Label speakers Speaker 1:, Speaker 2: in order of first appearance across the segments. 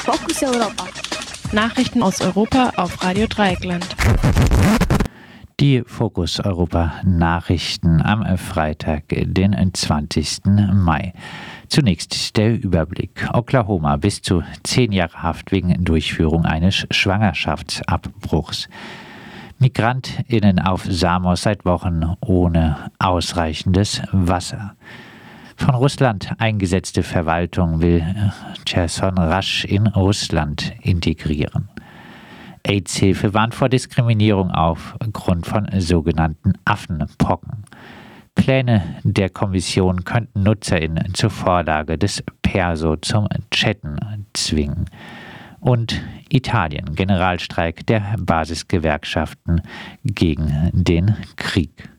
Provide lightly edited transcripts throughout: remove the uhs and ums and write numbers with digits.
Speaker 1: Fokus Europa.
Speaker 2: Nachrichten aus Europa auf Radio Dreieckland.
Speaker 3: Die Fokus Europa Nachrichten am Freitag, den 20. Mai. Zunächst der Überblick. Oklahoma bis zu 10 Jahre Haft wegen Durchführung eines Schwangerschaftsabbruchs. MigrantInnen auf Samos seit Wochen ohne ausreichendes Wasser. Von Russland eingesetzte Verwaltung will Cherson rasch in Russland integrieren. AIDS-Hilfe warnt vor Diskriminierung aufgrund von sogenannten Affenpocken. Pläne der Kommission könnten NutzerInnen zur Vorlage des Perso zum Chatten zwingen. Und Italien, Generalstreik der Basisgewerkschaften gegen den Krieg.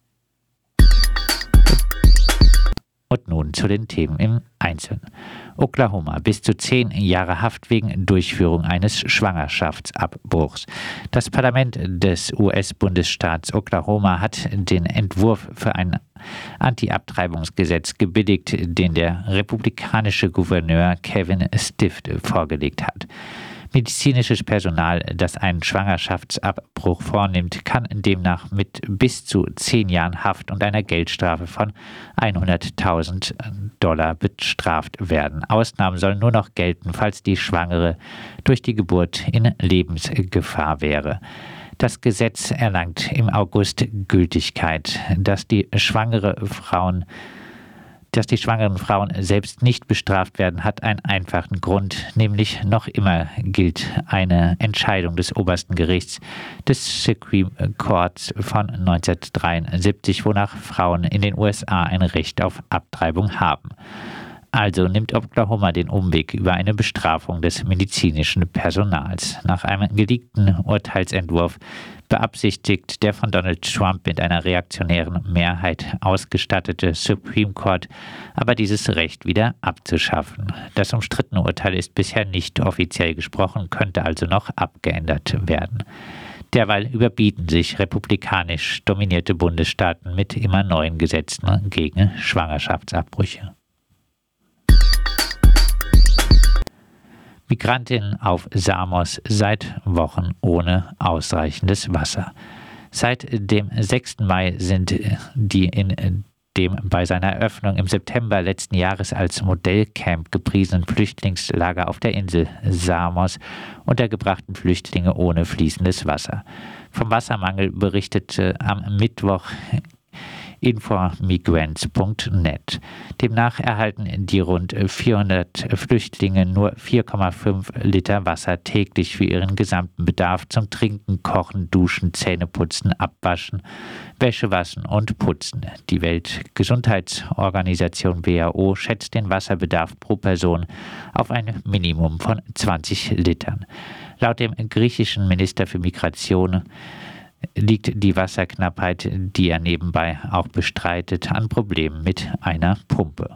Speaker 3: Und nun zu den Themen im Einzelnen. Oklahoma bis zu 10 Jahre Haft wegen Durchführung eines Schwangerschaftsabbruchs. Das Parlament des US-Bundesstaats Oklahoma hat den Entwurf für ein Anti-Abtreibungsgesetz gebilligt, den der republikanische Gouverneur Kevin Stitt vorgelegt hat. Medizinisches Personal, das einen Schwangerschaftsabbruch vornimmt, kann demnach mit bis zu 10 Jahren Haft und einer Geldstrafe von $100.000 bestraft werden. Ausnahmen sollen nur noch gelten, falls die Schwangere durch die Geburt in Lebensgefahr wäre. Das Gesetz erlangt im August Gültigkeit, dass die schwangeren Frauen selbst nicht bestraft werden, hat einen einfachen Grund, nämlich noch immer gilt eine Entscheidung des obersten Gerichts des Supreme Courts von 1973, wonach Frauen in den USA ein Recht auf Abtreibung haben. Also nimmt Oklahoma den Umweg über eine Bestrafung des medizinischen Personals. Nach einem geleakten Urteilsentwurf beabsichtigt der von Donald Trump mit einer reaktionären Mehrheit ausgestattete Supreme Court aber dieses Recht wieder abzuschaffen. Das umstrittene Urteil ist bisher nicht offiziell gesprochen, könnte also noch abgeändert werden. Derweil überbieten sich republikanisch dominierte Bundesstaaten mit immer neuen Gesetzen gegen Schwangerschaftsabbrüche. Migrantinnen auf Samos seit Wochen ohne ausreichendes Wasser. Seit dem 6. Mai sind die in dem bei seiner Eröffnung im September letzten Jahres als Modellcamp gepriesenen Flüchtlingslager auf der Insel Samos untergebrachten Flüchtlinge ohne fließendes Wasser. Vom Wassermangel berichtete am Mittwoch informigrants.net. Demnach erhalten die rund 400 Flüchtlinge nur 4,5 Liter Wasser täglich für ihren gesamten Bedarf zum Trinken, Kochen, Duschen, Zähneputzen, Abwaschen, Wäsche waschen und Putzen. Die Weltgesundheitsorganisation WHO schätzt den Wasserbedarf pro Person auf ein Minimum von 20 Litern. Laut dem griechischen Minister für Migration liegt die Wasserknappheit, die er nebenbei auch bestreitet, an Problemen mit einer Pumpe.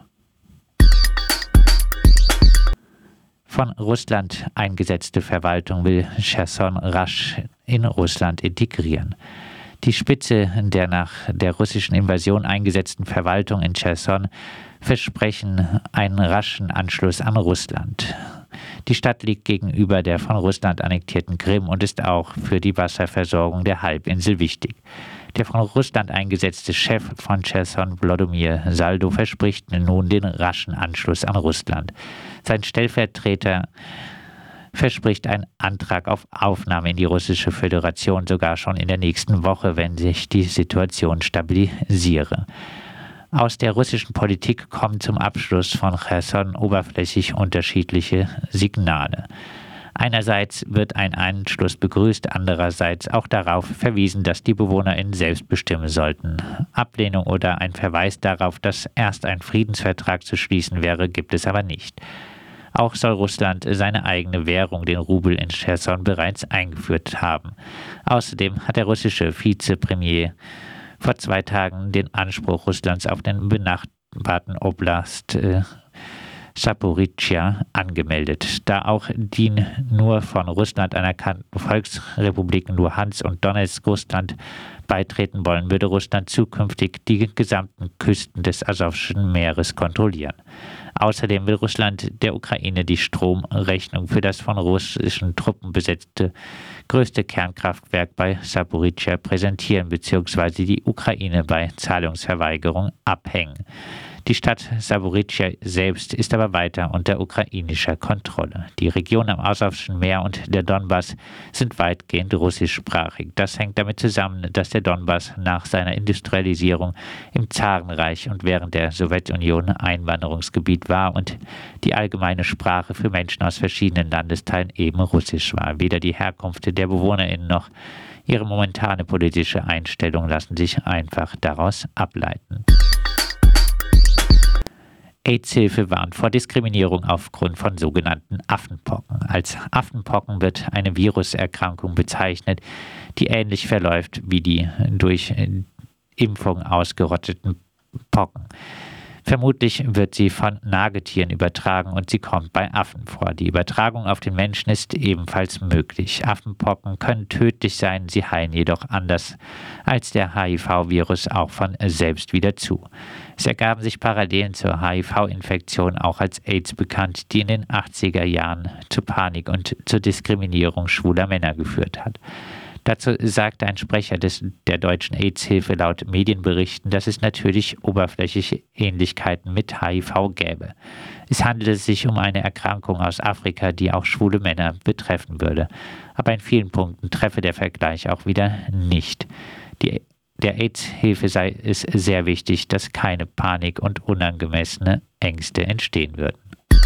Speaker 3: Von Russland eingesetzte Verwaltung will Cherson rasch in Russland integrieren. Die Spitze der nach der russischen Invasion eingesetzten Verwaltung in Cherson versprechen einen raschen Anschluss an Russland. Die Stadt liegt gegenüber der von Russland annektierten Krim und ist auch für die Wasserversorgung der Halbinsel wichtig. Der von Russland eingesetzte Chef von Cherson, Volodymyr Saldo, verspricht nun den raschen Anschluss an Russland. Sein Stellvertreter verspricht einen Antrag auf Aufnahme in die russische Föderation sogar schon in der nächsten Woche, wenn sich die Situation stabilisiere. Aus der russischen Politik kommen zum Abschluss von Cherson oberflächlich unterschiedliche Signale. Einerseits wird ein Anschluss begrüßt, andererseits auch darauf verwiesen, dass die BewohnerInnen selbst bestimmen sollten. Ablehnung oder ein Verweis darauf, dass erst ein Friedensvertrag zu schließen wäre, gibt es aber nicht. Auch soll Russland seine eigene Währung, den Rubel, in Cherson bereits eingeführt haben. Außerdem hat der russische Vizepremier vor 2 Tagen den Anspruch Russlands auf den benachbarten Oblast Saporischschja angemeldet. Da auch die nur von Russland anerkannten Volksrepubliken Luhansk und Donetsk Russland beitreten wollen, würde Russland zukünftig die gesamten Küsten des Asowschen Meeres kontrollieren. Außerdem will Russland der Ukraine die Stromrechnung für das von russischen Truppen besetzte größte Kernkraftwerk bei Saporischschja präsentieren bzw. die Ukraine bei Zahlungsverweigerung abhängen. Die Stadt Saporischschja selbst ist aber weiter unter ukrainischer Kontrolle. Die Region am Asowschen Meer und der Donbass sind weitgehend russischsprachig. Das hängt damit zusammen, dass der Donbass nach seiner Industrialisierung im Zarenreich und während der Sowjetunion Einwanderungsgebiet war und die allgemeine Sprache für Menschen aus verschiedenen Landesteilen eben Russisch war. Weder die Herkunft der BewohnerInnen noch ihre momentane politische Einstellung lassen sich einfach daraus ableiten. AIDS-Hilfe warnt vor Diskriminierung aufgrund von sogenannten Affenpocken. Als Affenpocken wird eine Viruserkrankung bezeichnet, die ähnlich verläuft wie die durch Impfung ausgerotteten Pocken. Vermutlich wird sie von Nagetieren übertragen und sie kommt bei Affen vor. Die Übertragung auf den Menschen ist ebenfalls möglich. Affenpocken können tödlich sein, sie heilen jedoch anders als der HIV-Virus auch von selbst wieder zu. Es ergaben sich Parallelen zur HIV-Infektion, auch als AIDS bekannt, die in den 80er Jahren zu Panik und zur Diskriminierung schwuler Männer geführt hat. Dazu sagte ein Sprecher der deutschen AIDS-Hilfe laut Medienberichten, dass es natürlich oberflächliche Ähnlichkeiten mit HIV gäbe. Es handelte sich um eine Erkrankung aus Afrika, die auch schwule Männer betreffen würde. Aber in vielen Punkten treffe der Vergleich auch wieder nicht. Der AIDS-Hilfe sei es sehr wichtig, dass keine Panik und unangemessene Ängste entstehen würden.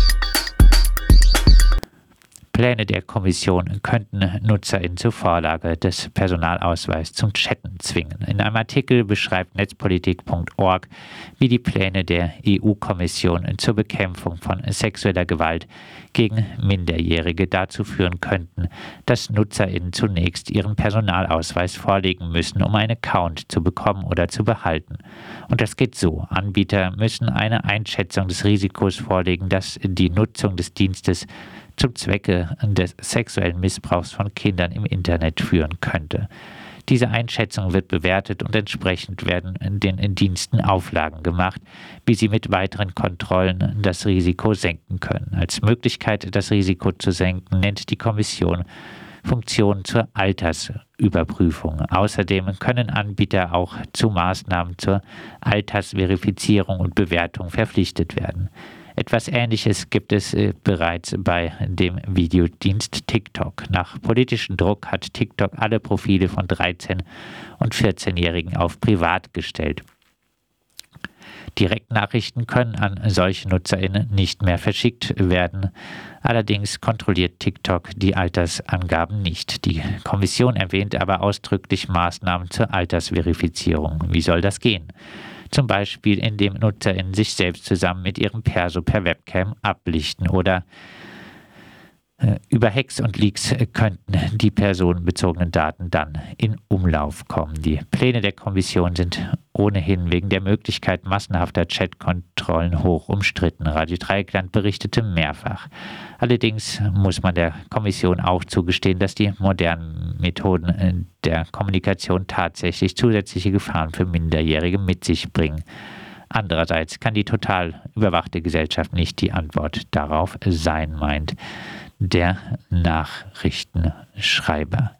Speaker 3: Pläne der Kommission könnten NutzerInnen zur Vorlage des Personalausweises zum Chatten zwingen. In einem Artikel beschreibt netzpolitik.org, wie die Pläne der EU-Kommission zur Bekämpfung von sexueller Gewalt gegen Minderjährige dazu führen könnten, dass NutzerInnen zunächst ihren Personalausweis vorlegen müssen, um einen Account zu bekommen oder zu behalten. Und das geht so. Anbieter müssen eine Einschätzung des Risikos vorlegen, dass die Nutzung des Dienstes zum Zwecke des sexuellen Missbrauchs von Kindern im Internet führen könnte. Diese Einschätzung wird bewertet und entsprechend werden den Diensten Auflagen gemacht, wie sie mit weiteren Kontrollen das Risiko senken können. Als Möglichkeit, das Risiko zu senken, nennt die Kommission Funktionen zur Altersüberprüfung. Außerdem können Anbieter auch zu Maßnahmen zur Altersverifizierung und Bewertung verpflichtet werden. Etwas Ähnliches gibt es bereits bei dem Videodienst TikTok. Nach politischem Druck hat TikTok alle Profile von 13- und 14-Jährigen auf privat gestellt. Direktnachrichten können an solche NutzerInnen nicht mehr verschickt werden. Allerdings kontrolliert TikTok die Altersangaben nicht. Die Kommission erwähnt aber ausdrücklich Maßnahmen zur Altersverifizierung. Wie soll das gehen? Zum Beispiel, indem NutzerInnen sich selbst zusammen mit ihrem Perso per Webcam ablichten oder über Hacks und Leaks könnten die personenbezogenen Daten dann in Umlauf kommen. Die Pläne der Kommission sind ohnehin wegen der Möglichkeit massenhafter Chatkontrollen hoch umstritten. Radio Dreieckland berichtete mehrfach. Allerdings muss man der Kommission auch zugestehen, dass die modernen Methoden der Kommunikation tatsächlich zusätzliche Gefahren für Minderjährige mit sich bringen. Andererseits kann die total überwachte Gesellschaft nicht die Antwort darauf sein, meint der Nachrichtenschreiber.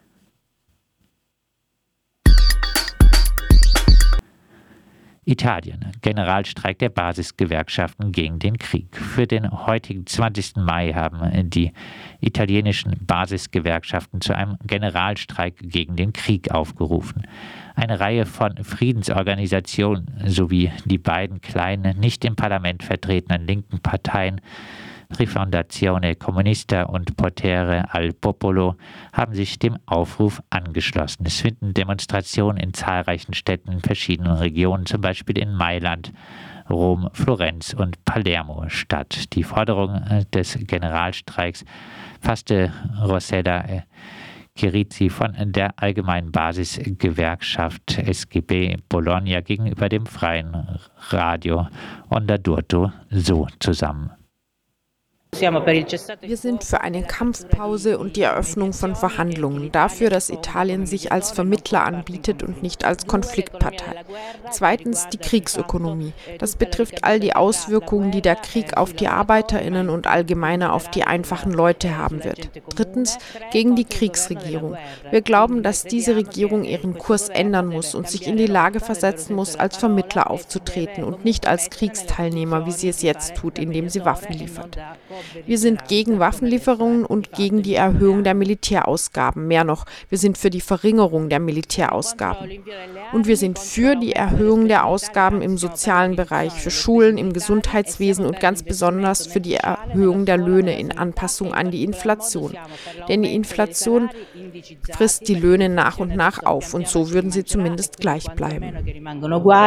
Speaker 3: Italien. Generalstreik der Basisgewerkschaften gegen den Krieg. Für den heutigen 20. Mai haben die italienischen Basisgewerkschaften zu einem Generalstreik gegen den Krieg aufgerufen. Eine Reihe von Friedensorganisationen sowie die beiden kleinen, nicht im Parlament vertretenen linken Parteien Rifondazione Comunista und Potere al Popolo haben sich dem Aufruf angeschlossen. Es finden Demonstrationen in zahlreichen Städten in verschiedenen Regionen, zum Beispiel in Mailand, Rom, Florenz und Palermo statt. Die Forderung des Generalstreiks fasste Rossella Chirizzi von der Allgemeinen Basisgewerkschaft SGB Bologna gegenüber dem freien Radio Onda d'Urto so zusammen.
Speaker 1: Wir sind für eine Kampfpause und die Eröffnung von Verhandlungen, dafür, dass Italien sich als Vermittler anbietet und nicht als Konfliktpartei. Zweitens die Kriegsökonomie. Das betrifft all die Auswirkungen, die der Krieg auf die ArbeiterInnen und allgemeiner auf die einfachen Leute haben wird. Drittens gegen die Kriegsregierung. Wir glauben, dass diese Regierung ihren Kurs ändern muss und sich in die Lage versetzen muss, als Vermittler aufzutreten und nicht als Kriegsteilnehmer, wie sie es jetzt tut, indem sie Waffen liefert. Wir sind gegen Waffenlieferungen und gegen die Erhöhung der Militärausgaben. Mehr noch, wir sind für die Verringerung der Militärausgaben. Und wir sind für die Erhöhung der Ausgaben im sozialen Bereich, für Schulen, im Gesundheitswesen und ganz besonders für die Erhöhung der Löhne in Anpassung an die Inflation. Denn die Inflation frisst die Löhne nach und nach auf und so würden sie zumindest gleich bleiben.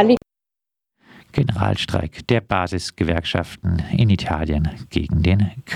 Speaker 3: Generalstreik der Basisgewerkschaften in Italien gegen den Krieg.